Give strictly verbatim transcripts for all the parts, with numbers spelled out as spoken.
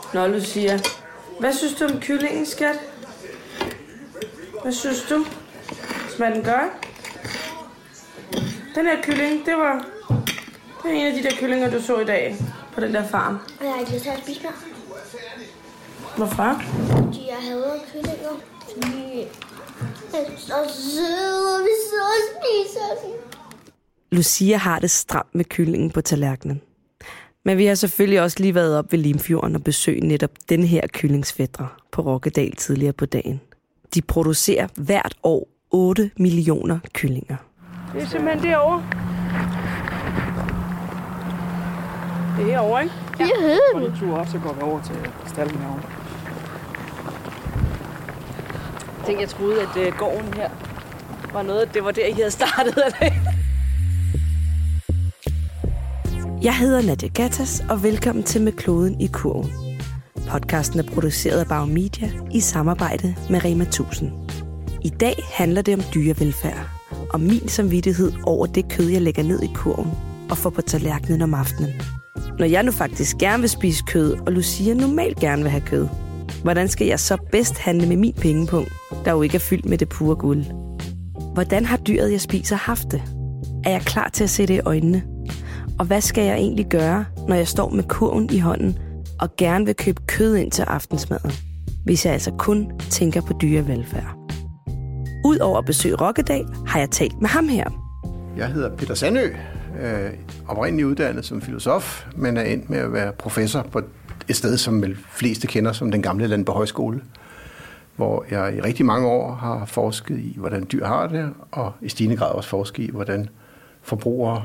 Nå, Lucia. Hvad synes du om kyllingen, skat? Hvad synes du? Smager den godt? Den her kylling, det var... Det er en af de der kyllinger, du så i dag på den der farm. Og jeg har ikke lyst til at spise mere. Hvorfor? Fordi jeg hader kyllinger. Fordi jeg er så søde, og vi så spiser den. Lucia har det stramt med kyllingen på tallerkenen. Men vi har selvfølgelig også lige været op ved Limfjorden og besøgt netop den her kyllingsfætre på Rokkedal tidligere på dagen. De producerer hvert år otte millioner kyllinger. Det er simpelthen derovre. Det er herovre, ikke? Ja. Jeg hedder den. På den tur op, så går vi over til stallen herovre. Jeg tænkte, jeg troede, at uh, gården her var noget, det var der, I havde startet. Jeg hedder Nadia Gattas, og velkommen til Med Kloden i Kurven. Podcasten er produceret af Bauer Media i samarbejde med Rema tusind. I dag handler det om dyrevelfærd, og min samvittighed over det kød, jeg lægger ned i kurven og får på tallerkenen om aftenen. Når jeg nu faktisk gerne vil spise kød, og Lucia normalt gerne vil have kød, hvordan skal jeg så bedst handle med min pengepunkt, der jo ikke er fyldt med det pure guld? Hvordan har dyret, jeg spiser, haft det? Er jeg klar til at se det i øjnene? Og hvad skal jeg egentlig gøre, når jeg står med kurven i hånden og gerne vil købe kød ind til aftensmaden, hvis jeg altså kun tænker på dyrevelfærd? Udover at besøge Rokkedal, har jeg talt med ham her. Jeg hedder Peter Sandø, øh, oprindeligt uddannet som filosof, men er endt med at være professor på et sted, som vel fleste kender som den gamle Landbohøjskole, Højskole, hvor jeg i rigtig mange år har forsket i, hvordan dyr har det, og i stigende grad også forsket i, hvordan forbrugere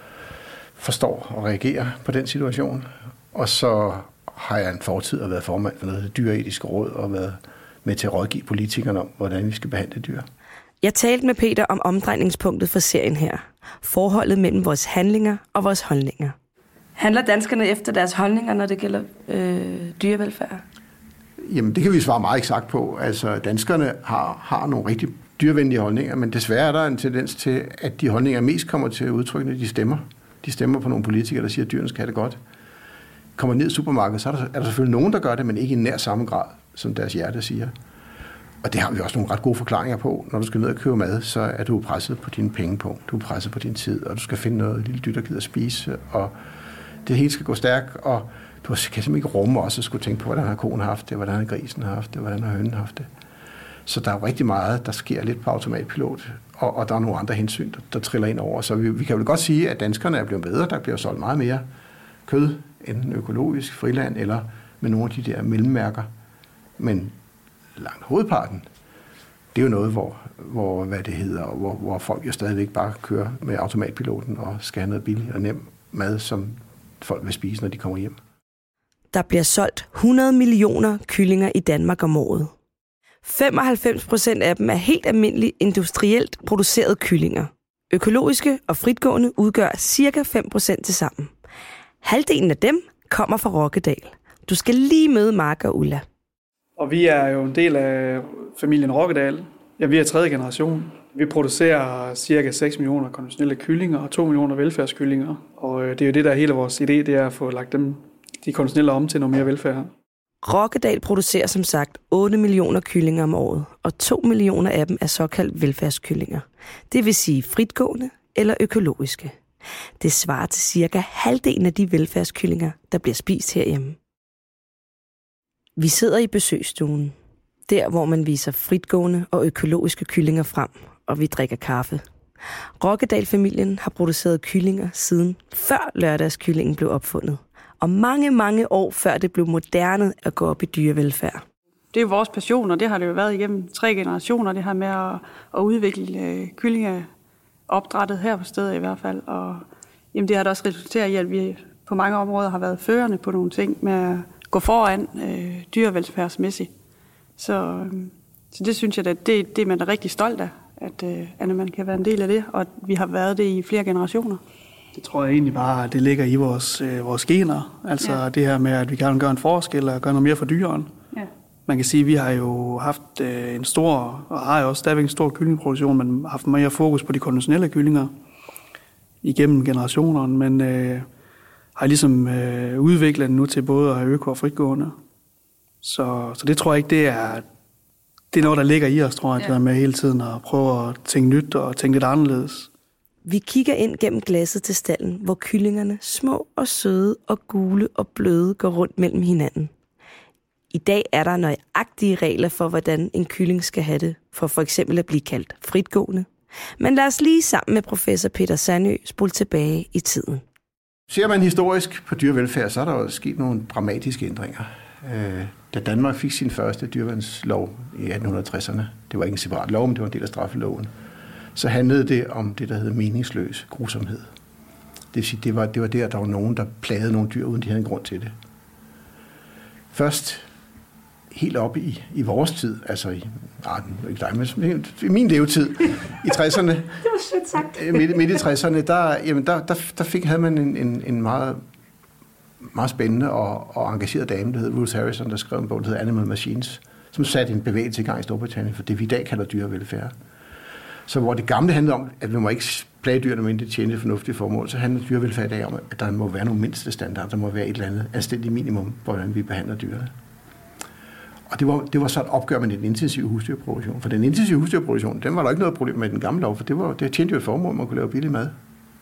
forstår og reagerer på den situation. Og så har jeg en fortid og været formand for noget dyreetiske råd og været med til at rådgive politikerne om, hvordan vi skal behandle dyr. Jeg talte med Peter om omdrejningspunktet for serien her. Forholdet mellem vores handlinger og vores holdninger. Handler danskerne efter deres holdninger, når det gælder øh, dyrevelfærd? Jamen, det kan vi svare meget eksakt på. Altså, danskerne har, har nogle rigtig dyrevenlige holdninger, men desværre er der en tendens til, at de holdninger mest kommer til udtryk, når de stemmer. De stemmer på nogle politikere, der siger, at dyrene skal have det godt. Kommer ned i supermarkedet, så er der, er der selvfølgelig nogen, der gør det, men ikke i nær samme grad, som deres hjerte siger. Og det har vi også nogle ret gode forklaringer på. Når du skal ned og købe mad, så er du presset på dine pengepunkt. Du er presset på din tid, og du skal finde noget lille dyr, der gider at spise. Og det hele skal gå stærkt, og du kan simpelthen ikke rumme også at skulle tænke på, hvordan har konen haft det, hvordan har grisen haft det, hvordan har hønen haft det. Så der er jo rigtig meget, der sker lidt på automatpilot, og, og der er nogle andre hensyn, der, der triller ind over. Så vi, vi kan vel godt sige, at danskerne er blevet bedre. Der bliver solgt meget mere kød, enten økologisk, friland eller med nogle af de der mellemærker. Men langt hovedparten, det er jo noget, hvor, hvor hvad det hedder, hvor, hvor folk jo stadigvæk bare kører med automatpiloten og skal have noget billig og nem mad, som folk vil spise, når de kommer hjem. Der bliver solgt hundrede millioner kyllinger i Danmark om året. femoghalvfems procent af dem er helt almindelige industrielt producerede kyllinger. Økologiske og fritgående udgør cirka fem procent til sammen. Halvdelen af dem kommer fra Rokkedal. Du skal lige møde Mark og Ulla. Og vi er jo en del af familien Rokkedal. Ja, vi er tredje generation. Vi producerer cirka seks millioner konventionelle kyllinger og to millioner velfærdskyllinger. Og det er jo det, der er hele vores idé, det er at få lagt dem, de konventionelle om til noget mere velfærd. Rokkedal producerer som sagt otte millioner kyllinger om året, og to millioner af dem er såkaldt velfærdskyllinger. Det vil sige fritgående eller økologiske. Det svarer til cirka halvdelen af de velfærdskyllinger, der bliver spist herhjemme. Vi sidder i besøgsstuen, der hvor man viser fritgående og økologiske kyllinger frem, og vi drikker kaffe. Rokkedal-familien har produceret kyllinger siden før lørdagskyllingen blev opfundet, og mange, mange år før det blev moderne at gå op i dyrevelfærd. Det er jo vores passion, og det har det jo været igennem tre generationer, det her med at, at udvikle kyllingeopdrættet her på stedet i hvert fald. Og jamen, det har da også resulteret i, at vi på mange områder har været førende på nogle ting med at gå foran øh, dyrevelfærdsmæssigt. Så, øh, så det synes jeg, at det, det er man er rigtig stolt af, at, øh, at man kan være en del af det, og at vi har været det i flere generationer. Det tror jeg egentlig bare, at det ligger i vores, øh, vores gener. Altså ja. Det her med, at vi gerne vil gøre en forskel og gøre noget mere for dyrene. Ja. Man kan sige, at vi har jo haft øh, en stor, og har jo også stadigvæk en stor kyllingeproduktion, men har haft mere fokus på de konventionelle kyllinger igennem generationerne, men øh, har ligesom øh, udviklet den nu til både at have øko og fritgående. Så, så det tror jeg ikke, det er, det er noget, der ligger i os, tror jeg, ja. Det der med hele tiden at prøve at tænke nyt og tænke lidt anderledes. Vi kigger ind gennem glasset til stalden, hvor kyllingerne, små og søde og gule og bløde, går rundt mellem hinanden. I dag er der nøjagtige regler for, hvordan en kylling skal have det, for for eksempel at blive kaldt fritgående. Men lad os lige sammen med professor Peter Sandø spole tilbage i tiden. Ser man historisk på dyrevelfærd, så er der jo sket nogle dramatiske ændringer. Da Danmark fik sin første dyreværnslov i atten tresserne, det var ikke en separat lov, men det var en del af straffeloven, så handlede det om det, der hed meningsløs grusomhed. Det vil sige, det var, det var der, der var nogen, der plagede nogle dyr, uden de havde en grund til det. Først helt op i, i vores tid, altså i, ah, ikke dig, men i min levetid, i tresserne, det var sødt sagt. midt, midt i tresserne, der, jamen der, der, der fik, havde man en, en, en meget, meget spændende og, og engageret dame, der hed Ruth Harrison, der skrev en bog, der hed Animal Machines, som satte en bevægelse i gang i Storbritannien for det, vi i dag kalder dyrevelfærd. Så hvor det gamle handlede om, at vi må ikke plage dyrene, men det tjener et fornuftigt formål, så handler dyrevelfærd i dag om, at der må være nogle mindste standarder, der må være et eller andet anstændigt minimum, hvordan vi behandler dyrene. Og det var, det var så et opgør med den intensive husdyrproduktion. For den intensive husdyrproduktion, den var der ikke noget problem med den gamle lov, for det, var, det tjente jo et formål, man kunne lave billig mad.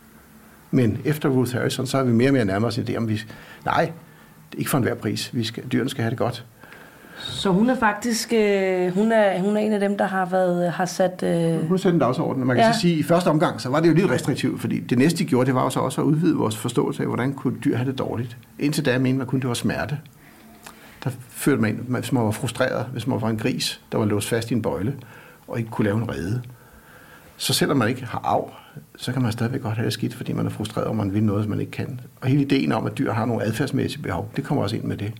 Men efter Ruth Harrison, så er vi mere og mere nærmere os idé om, vi, nej, det er ikke for enhver pris. Vi skal, dyrene skal have det godt. Så hun er faktisk øh, hun er, hun er en af dem, der har, været, har sat... Øh... Hun har sat en dagsorden. Man kan ja. så sige, at i første omgang, så var det jo lidt restriktivt, fordi det næste, de gjorde, det var jo så også at udvide vores forståelse af, hvordan kunne dyr have det dårligt. Indtil da mente man kun, det var smerte. Der følte man ind, hvis man var frustreret, hvis man var en gris, der var låst fast i en bøjle, og ikke kunne lave en rede. Så selvom man ikke har arv, så kan man stadigvæk godt have det skidt, fordi man er frustreret, og man vil noget, som man ikke kan. Og hele ideen om, at dyr har nogle adfærdsmæssige behov, det kommer også ind med det.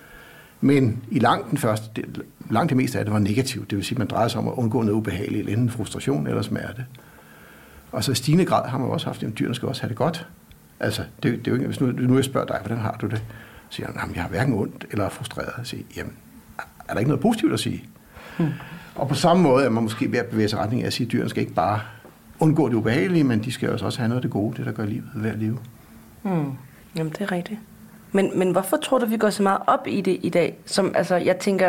Men i langt den første, det, langt det meste af det var negativt. Det vil sige, at man drejede sig om at undgå noget ubehageligt, enten frustration eller smerte. Og så i stigende grad har man også haft, at dyrene skal også have det godt. Altså, det, det er jo ikke, hvis nu, nu jeg spørger dig, hvordan har du det? Så siger jeg, jeg har hverken ondt eller frustreret. Så siger, jamen, er der ikke noget positivt at sige? Hmm. Og på samme måde er man måske ved at bevæge sig retning af at sige, at dyrene skal ikke bare undgå det ubehagelige, men de skal også have noget af det gode, det der gør livet værd at leve. Hmm. Jamen, det er rigtigt. Men, men hvorfor tror du, vi går så meget op i det i dag? Som, altså, jeg tænker,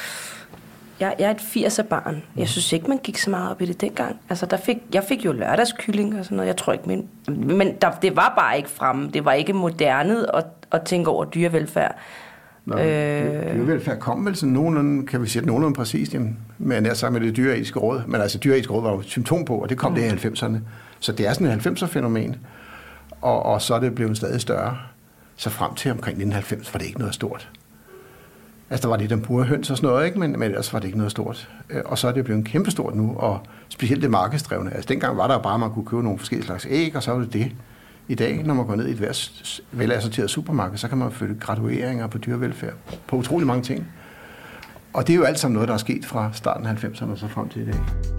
jeg, jeg er et firser barn. Jeg synes ikke, man gik så meget op i det dengang. Altså, der fik, jeg fik jo lørdagskylling og sådan noget. Jeg tror ikke, men, men der, det var bare ikke fremme. Det var ikke moderne at, at tænke over dyrevelfærd. Nå, øh... Dyrevelfærd kom vel sådan nogenlunde, kan vi sige, nogenlunde præcist, med nær sagt med det dyreetiske råd. Men altså, dyreetiske råd var jo et symptom på, og det kom mm. det i halvfemserne. Så det er sådan et halvfemser-fænomen. Og, og så er det blevet stadig større. Så frem til omkring nitten halvfems var det ikke noget stort. Altså, der var lidt en pure høns og sådan noget, ikke? Men, men ellers var det ikke noget stort. Og så er det blevet kæmpestort nu, og specielt det markedsdrevne. Altså, dengang var der bare, at man kunne købe nogle forskellige slags æg, og så var det det. I dag, når man går ned i et velassorteret supermarked, så kan man følge gradueringer på dyrevelfærd, på utrolig mange ting. Og det er jo alt sammen noget, der er sket fra starten af halvfemserne og så frem til i dag.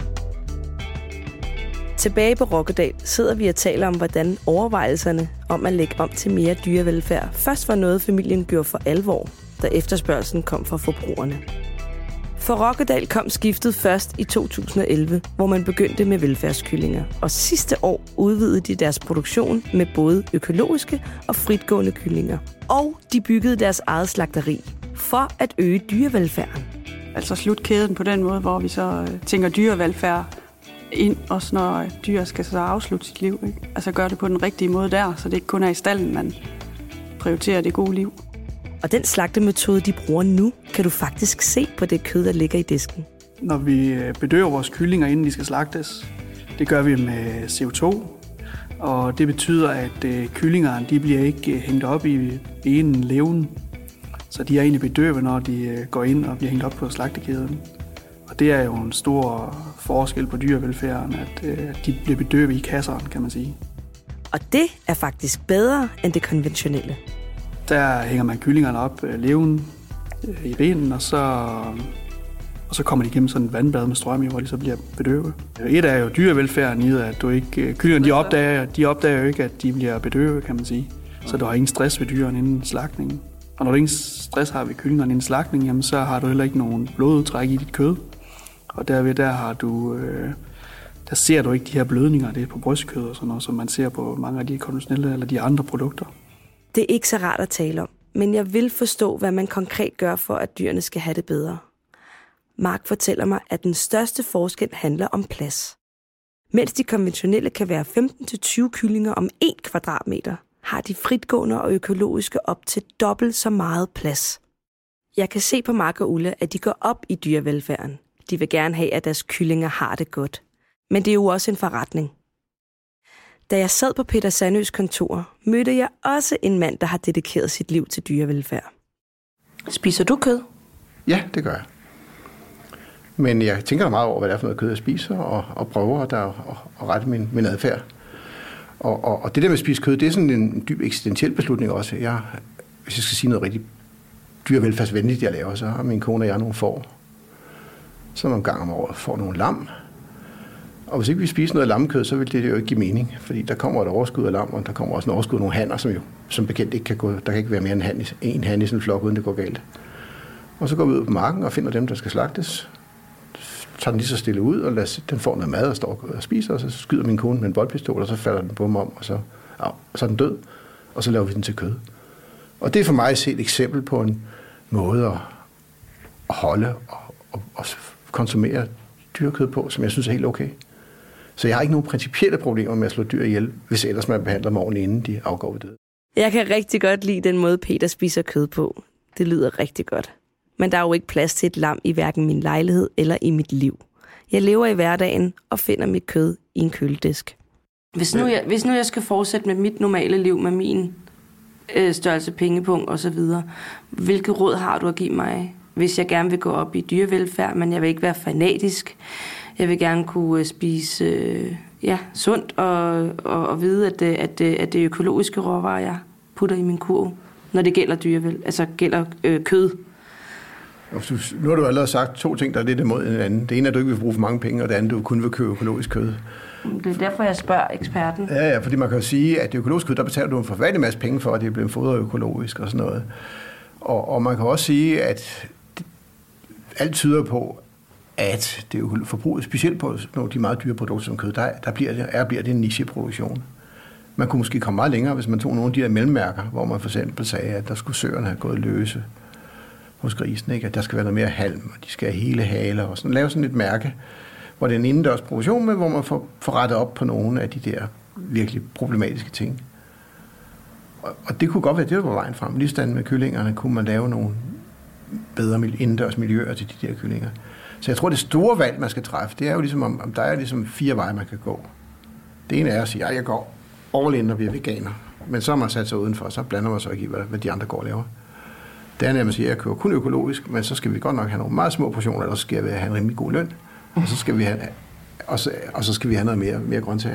Tilbage på Rokkedal sidder vi og taler om, hvordan overvejelserne om at lægge om til mere dyrevelfærd først var noget, familien gjorde for alvor, da efterspørgselen kom fra forbrugerne. For Rokkedal kom skiftet først i to tusind og elleve, hvor man begyndte med velfærdskyllinger. Og sidste år udvidede de deres produktion med både økologiske og fritgående kyllinger. Og de byggede deres eget slagteri for at øge dyrevelfærden. Altså slut kæden på den måde, hvor vi så tænker dyrevelfærd ind, også når dyr skal så afslutte sit liv. Ikke? Altså gøre det på den rigtige måde der, så det ikke kun er i stallen, man prioriterer det gode liv. Og den slagtemetode, de bruger nu, kan du faktisk se på det kød, der ligger i disken. Når vi bedøver vores kyllinger, inden de skal slagtes, det gør vi med C O to. Og det betyder, at kyllingerne de bliver ikke hængt op i benen levende. Så de er egentlig bedøvet, når de går ind og bliver hængt op på slagtekæden. Og det er jo en stor forskel på dyrevelfærden, at de bliver bedøvet i kasseren, kan man sige. Og det er faktisk bedre end det konventionelle. Der hænger man kyllingerne op levende i benen, og så, og så kommer de igennem sådan et vandbad med strøm i, hvor de så bliver bedøvet. Et er jo dyrevelfærden i, at du ikke, kyllingerne de opdager, de opdager jo ikke, at de bliver bedøvet, kan man sige. Så du har ingen stress ved dyrene inden slagtningen. Og når du ingen stress har ved kyllingerne inden slagtningen, jamen, så har du heller ikke nogen blodudtræk i dit kød. Og derved der har du, øh, der ser du ikke de her blødninger, det er på brystkød og sådan noget, som man ser på mange af de konventionelle eller de andre produkter. Det er ikke så rart at tale om, men jeg vil forstå, hvad man konkret gør for, at dyrene skal have det bedre. Mark fortæller mig, at den største forskel handler om plads. Mens de konventionelle kan være femten til tyve kyllinger om et kvadratmeter, har de fritgående og økologiske op til dobbelt så meget plads. Jeg kan se på Mark og Ulla, at de går op i dyrevelfærden. De vil gerne have, at deres kyllinger har det godt. Men det er jo også en forretning. Da jeg sad på Peter Sandøs kontor, mødte jeg også en mand, der har dedikeret sit liv til dyrevelfærd. Spiser du kød? Ja, det gør jeg. Men jeg tænker meget over, hvad det er for noget kød, jeg spiser, og, og prøver der at og rette min, min adfærd. Og, og, og det der med at spise kød, det er sådan en dyb eksistentiel beslutning også. Jeg, hvis jeg skal sige noget rigtig dyrevelfærdsvenligt, jeg laver, så har min kone og jeg nogle får. Så nogle gange om året får nogle lam. Og hvis ikke vi spiser noget lammekød, så vil det jo ikke give mening, fordi der kommer et overskud af lam, og der kommer også en overskud af nogle hanner, som jo som bekendt ikke kan gå, der kan ikke være mere end han, en han i sådan en flok, uden det går galt. Og så går vi ud på marken og finder dem, der skal slagtes, tager den lige så stille ud, og lader, den får noget mad og står og spiser, og så skyder min kone med en boldpistol, og så falder den på mig om, og så, ja, så er den død, og så laver vi den til kød. Og det er for mig at se et eksempel på en måde at holde og, og, og konsumere dyrekød på, som jeg synes er helt okay. Så jeg har ikke nogen principielle problemer med at slå dyr ihjel, hvis ellers man behandler dem ordentligt, inden de afgår ved død. Jeg kan rigtig godt lide den måde, Peter spiser kød på. Det lyder rigtig godt. Men der er jo ikke plads til et lam i hverken min lejlighed eller i mit liv. Jeg lever i hverdagen og finder mit kød i en køledisk. Hvis nu jeg, hvis nu jeg skal fortsætte med mit normale liv, med min øh, størrelse pengepunkt og så videre, hvilke råd har du at give mig, hvis jeg gerne vil gå op i dyrevelfærd, men jeg vil ikke være fanatisk? Jeg vil gerne kunne spise øh, ja, sundt og, og, og vide, at, at, at det er økologiske råvarer, jeg putter i min kurv, når det gælder dyrevel, altså gælder øh, kød. Nu har du allerede sagt to ting, der er lidt imod en anden. Det ene er, at du ikke vil bruge for mange penge, og det andet, du kun vil købe økologisk kød. Det er derfor, jeg spørger eksperten. Ja, ja, fordi man kan jo sige, at det økologiske kød, der betaler du en forfærdelig masse penge for, at det er blevet fodret økologisk og sådan noget. Og, og man kan også sige, at det, alt tyder på, at det er forbruget, specielt på nogle af de meget dyre produkter som kød, der, der bliver, det, er, bliver det en nicheproduktion. Man kunne måske komme meget længere, hvis man tog nogle af de der mellemmærker, hvor man for eksempel sagde, at der skulle søerne have gået løse hos grisen, ikke? At der skal være noget mere halm, og de skal have hele haler, og sådan lave sådan et mærke, hvor det er en indendørs produktion, men hvor man får, får rettet op på nogle af de der virkelig problematiske ting. Og, og det kunne godt være, det var vejen frem. Ligesådan med kyllingerne kunne man lave nogle bedre indendørs miljøer til de der kyllinger. Så jeg tror, det store valg, man skal træffe, det er jo ligesom, om, om der er ligesom fire veje, man kan gå. Det ene er at sige, at jeg går all in og bliver veganer. Men så har man sat sig udenfor, så blander man sig ikke i, hvad, hvad de andre går og laver. Det andet er, at man siger, at jeg køber kun økologisk, men så skal vi godt nok have nogle meget små portioner, eller så skal vi have en rimelig god løn. Og så skal vi have, og så, og så skal vi have noget mere, mere grøntsager.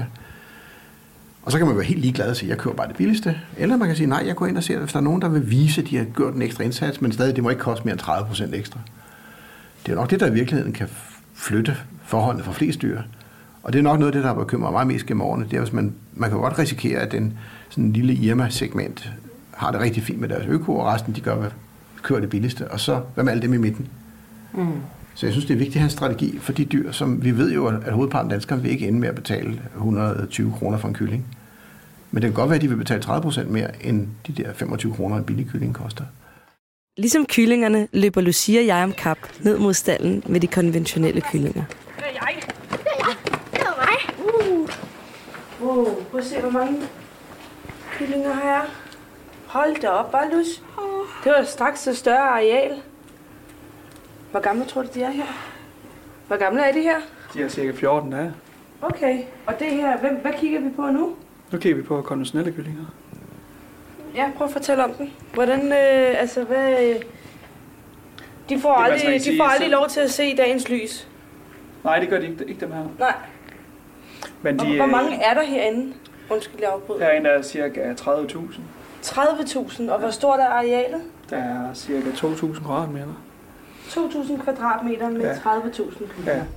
Og så kan man være helt ligeglad og sige, at jeg køber bare det billigste. Eller man kan sige, nej, jeg går ind og ser, hvis der er nogen, der vil vise, at de har gjort en ekstra indsats, men stadig, det må ikke koste mere end tredive procent ekstra. Det er nok det, der i virkeligheden kan flytte forholdene for flest dyr. Og det er nok noget af det, der har bekymret mig mest gennem årene. Det er, hvis man, man kan godt risikere, at den sådan en lille Irma-segment har det rigtig fint med deres øko, og resten de gør, hvad, kører det billigste. Og så hvad med alle dem i midten? Mm. Så jeg synes, det er vigtigt at have en strategi for de dyr, som vi ved jo, at hovedparten af danskerne vil ikke ende med at betale et hundrede og tyve kroner for en kylling. Men det kan godt være, at de vil betale tredive procent mere, end de der femogtyve kroner, en billig kylling koster. Ligesom kyllingerne løber Lucia og jeg om kap ned mod stallen med de konventionelle kyllinger. Det er jeg. Det er mig. Uh. Wow, prøv at se, hvor mange kyllinger har jeg. Hold da op, bare Lus. Det var straks et større areal. Hvor gamle tror du, de er her? Hvor gamle er de her? De er cirka fjorten dage. Okay, og det her, hvem, hvad kigger vi på nu? Nu kigger vi på konventionelle kyllinger. Ja, prøv at fortælle om den. Hvordan, øh, altså hvad... Øh, de får, aldrig, de får aldrig lov til at se dagens lys. Nej, det gør de ikke, ikke dem her. Nej. Men de, og hvor mange er der herinde? Undskyld, jeg afbryder. Herinde er cirka tredive tusind. tredive tusind, og hvor stort er arealet? Der er cirka to tusind kvadratmeter. to tusind kvadratmeter med ja. tredive tusind kyllinger. Ja.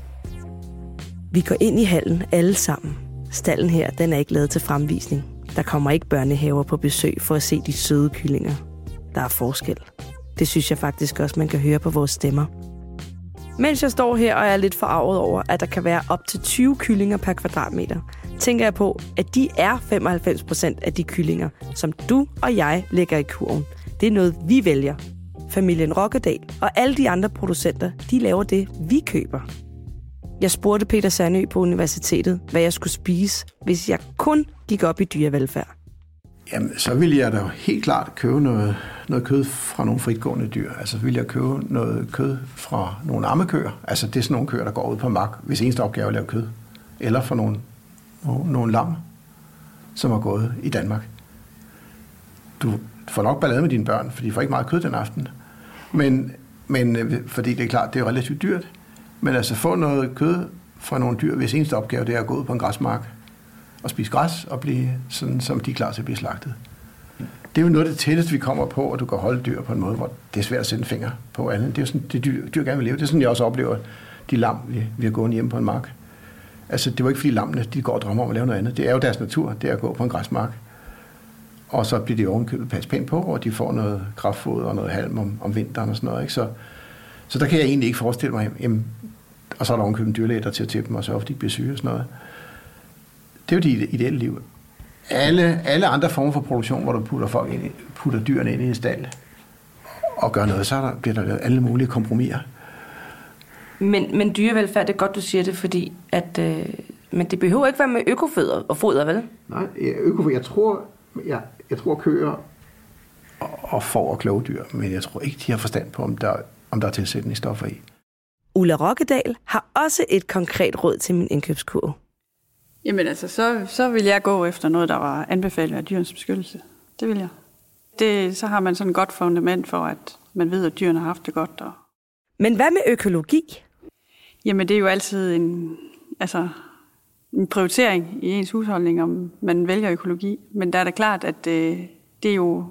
Vi går ind i hallen alle sammen. Stallen her, den er ikke lavet til fremvisning. Der kommer ikke børnehaver på besøg for at se de søde kyllinger. Der er forskel. Det synes jeg faktisk også, man kan høre på vores stemmer. Mens jeg står her og er lidt forarvet over, at der kan være op til tyve kyllinger per kvadratmeter, tænker jeg på, at de er femoghalvfems procent af de kyllinger, som du og jeg lægger i kurven. det er noget, vi vælger. Familien Rokkedal og alle de andre producenter, de laver det, vi køber. Jeg spurgte Peter Sandø på universitetet, hvad jeg skulle spise, hvis jeg kun gik op i dyrevelfærd. Jamen, så ville jeg da helt klart købe noget, noget kød fra nogle fritgående dyr. Altså, så ville jeg købe noget kød fra nogle ammekøer. Altså, det er sådan nogle køer, der går ud på mark, hvis eneste opgave er at lave kød. Eller fra nogle, nogle lam, som er gået i Danmark. Du får nok ballade med dine børn, for de får ikke meget kød den aften. Men, men fordi det er klart, det er relativt dyrt. Men altså, få noget kød fra nogle dyr, hvis eneste opgave det er at gå ud på en græsmark og spise græs og blive sådan, som de er klar til at blive slagtet. Det er jo noget af det tætteste, vi kommer på, at du kan holde dyr på en måde, hvor det er svært at sætte en finger på andet. Det er jo sådan, det dyr, dyr gerne vil leve. Det er sådan, jeg også oplever de lam, vi, vi har gået hjemme på en mark. Altså, det var ikke fordi lammene, de går og drømmer om at lave noget andet. Det er jo deres natur, det er at gå på en græsmark. Og så bliver de ovenkøbet passet pænt på, og de får noget kraftfoder og noget halm om, om vinteren og sådan noget. Ikke? Så, så der kan jeg egentlig ikke forestille mig, jamen, og så er der ovenkøbet en dyrlæge, der til at til dem, og så ofte de bliver syge og sådan noget. Det er jo det ideelle liv. Alle, alle andre former for produktion, hvor du putter, folk ind, putter dyrene ind i en stald og gør noget, så der, bliver der lavet alle mulige kompromiser. Men, men dyrevelfærd, det er godt, du siger det, fordi at, øh, men det behøver ikke være med økofoder og foder, vel? Nej, økofoder, jeg tror, jeg, jeg tror køer og, og får og kloge dyr, men jeg tror ikke, de har forstand på, om der, om der er tilsætningsstoffer i. Ulla Rokkedal har også et konkret råd til min indkøbskurv. Jamen altså, så, så vil jeg gå efter noget, der var anbefalet af dyrens beskyttelse. Det vil jeg. Det, så har man sådan et godt fundament for, at man ved, at dyrene har haft det godt. Og... Men hvad med økologi? Jamen, det er jo altid en, altså, en prioritering i ens husholdning, om man vælger økologi. Men der er da klart, at det, det, er jo,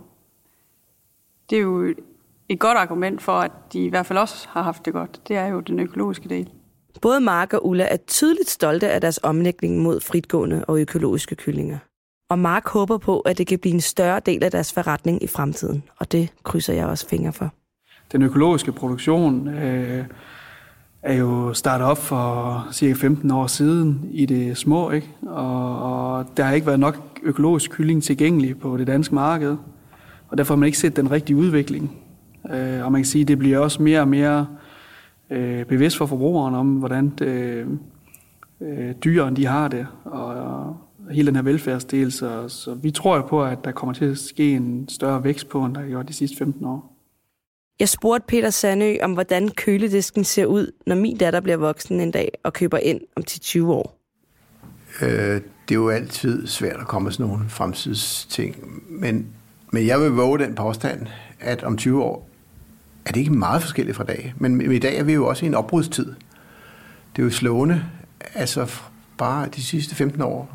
det er jo et godt argument for, at de i hvert fald også har haft det godt. Det er jo den økologiske del. Både Mark og Ulla er tydeligt stolte af deres omlægning mod fritgående og økologiske kyllinger. Og Mark håber på, at det kan blive en større del af deres forretning i fremtiden. Og det krydser jeg også fingre for. Den økologiske produktion øh, er jo startet op for cirka femten år siden i det små, ikke? Og, og der har ikke været nok økologisk kylling tilgængelig på det danske marked. Og derfor har man ikke set den rigtige udvikling. Øh, og man kan sige, at det bliver også mere og mere øh, bevidst for forbrugeren om, hvordan det, øh, dyrene de har det. Og, og hele den her velfærdsdel. Så, så vi tror jo på, at der kommer til at ske en større vækst på, end der har gjort de sidste femten år. Jeg spurgte Peter Sandø om, hvordan køledisken ser ud, når min datter bliver voksen en dag og køber ind om til tyve år. Øh, det er jo altid svært at komme med sådan nogle fremtidsting. Men, men jeg vil våge den påstand, at om tyve år er det ikke meget forskelligt fra dag. Men i dag er vi jo også i en opbrudstid. Det er jo slående. Altså bare de sidste femten år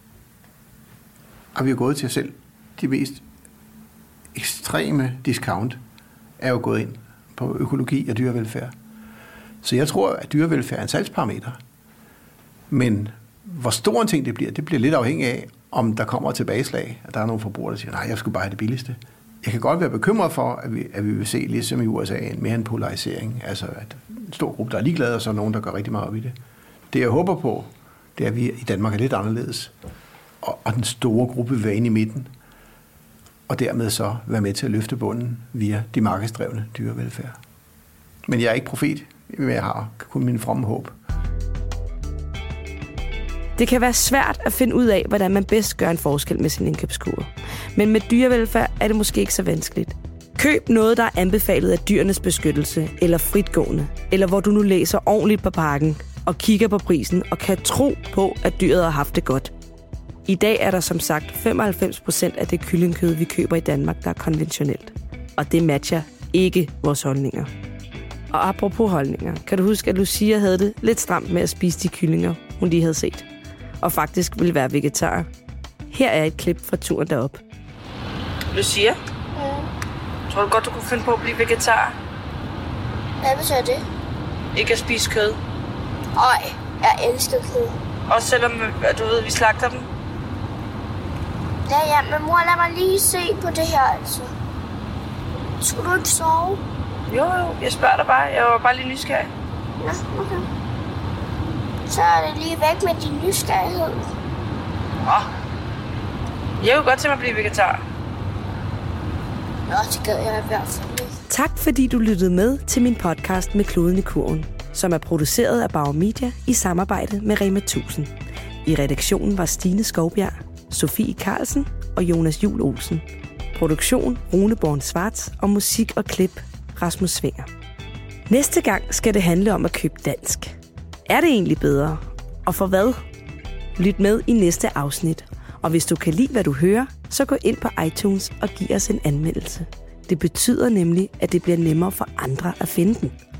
har vi jo gået til os selv. De mest ekstreme discount er jo gået ind på økologi og dyrevelfærd. Så jeg tror, at dyrevelfærd er en salgsparameter. Men hvor stor en ting det bliver, det bliver lidt afhængig af, om der kommer et tilbageslag, at der er nogle forbrugere, der siger, nej, jeg skulle bare have det billigste. Jeg kan godt være bekymret for, at vi, at vi vil se, ligesom i U S A, en mere en polarisering. Altså at en stor gruppe, der er ligeglade, og så er nogen, der gør rigtig meget op i det. Det, jeg håber på, det er, at vi i Danmark er lidt anderledes. Og, og den store gruppe vil være inde i midten. Og dermed så være med til at løfte bunden via de markedsdrevne dyrevelfærd. Men jeg er ikke profet, men jeg har kun min fromme håb. Det kan være svært at finde ud af, hvordan man bedst gør en forskel med sin indkøbskurve. Men med dyrevelfærd er det måske ikke så vanskeligt. Køb noget, der er anbefalet af dyrenes beskyttelse, eller fritgående, eller hvor du nu læser ordentligt på pakken, og kigger på prisen, og kan tro på, at dyret har haft det godt. I dag er der som sagt femoghalvfems procent af det kyllingkød, vi køber i Danmark, der er konventionelt. Og det matcher ikke vores holdninger. Og apropos holdninger, kan du huske, at Lucia havde det lidt stramt med at spise de kyllinger, hun lige havde set, og faktisk ville være vegetar. Her er et klip fra turen derop. Lucia? Ja. Tror du godt, du kunne finde på at blive vegetar? Hvad betyder det? Ikke at spise kød? Ej, jeg elsker kød. Også selvom, du ved, vi slagter dem? Ja, ja, men mor, lad mig lige se på det her, altså. Skulle du ikke sove? Jo, jo, jeg spørger dig bare. Jeg var bare lige nysgerrig. Nå, okay. Så er det lige væk med din nysgerrighed. Åh. Jeg kunne godt tænke mig at blive vegetar. Nå, det gad jeg i hvert fald ikke. Tak fordi du lyttede med til min podcast med Kloden i Kurven, som er produceret af Bauer Media i samarbejde med Rema tusind. I redaktionen var Stine Skovbjerg, Sofie Carlsen og Jonas Juhl Olsen. Produktion Rune Born Svarts og musik og klip Rasmus Svinger. Næste gang skal det handle om at købe dansk. Er det egentlig bedre? Og for hvad? Lyt med i næste afsnit. Og hvis du kan lide, hvad du hører, så gå ind på iTunes og giv os en anmeldelse. Det betyder nemlig, at det bliver nemmere for andre at finde den.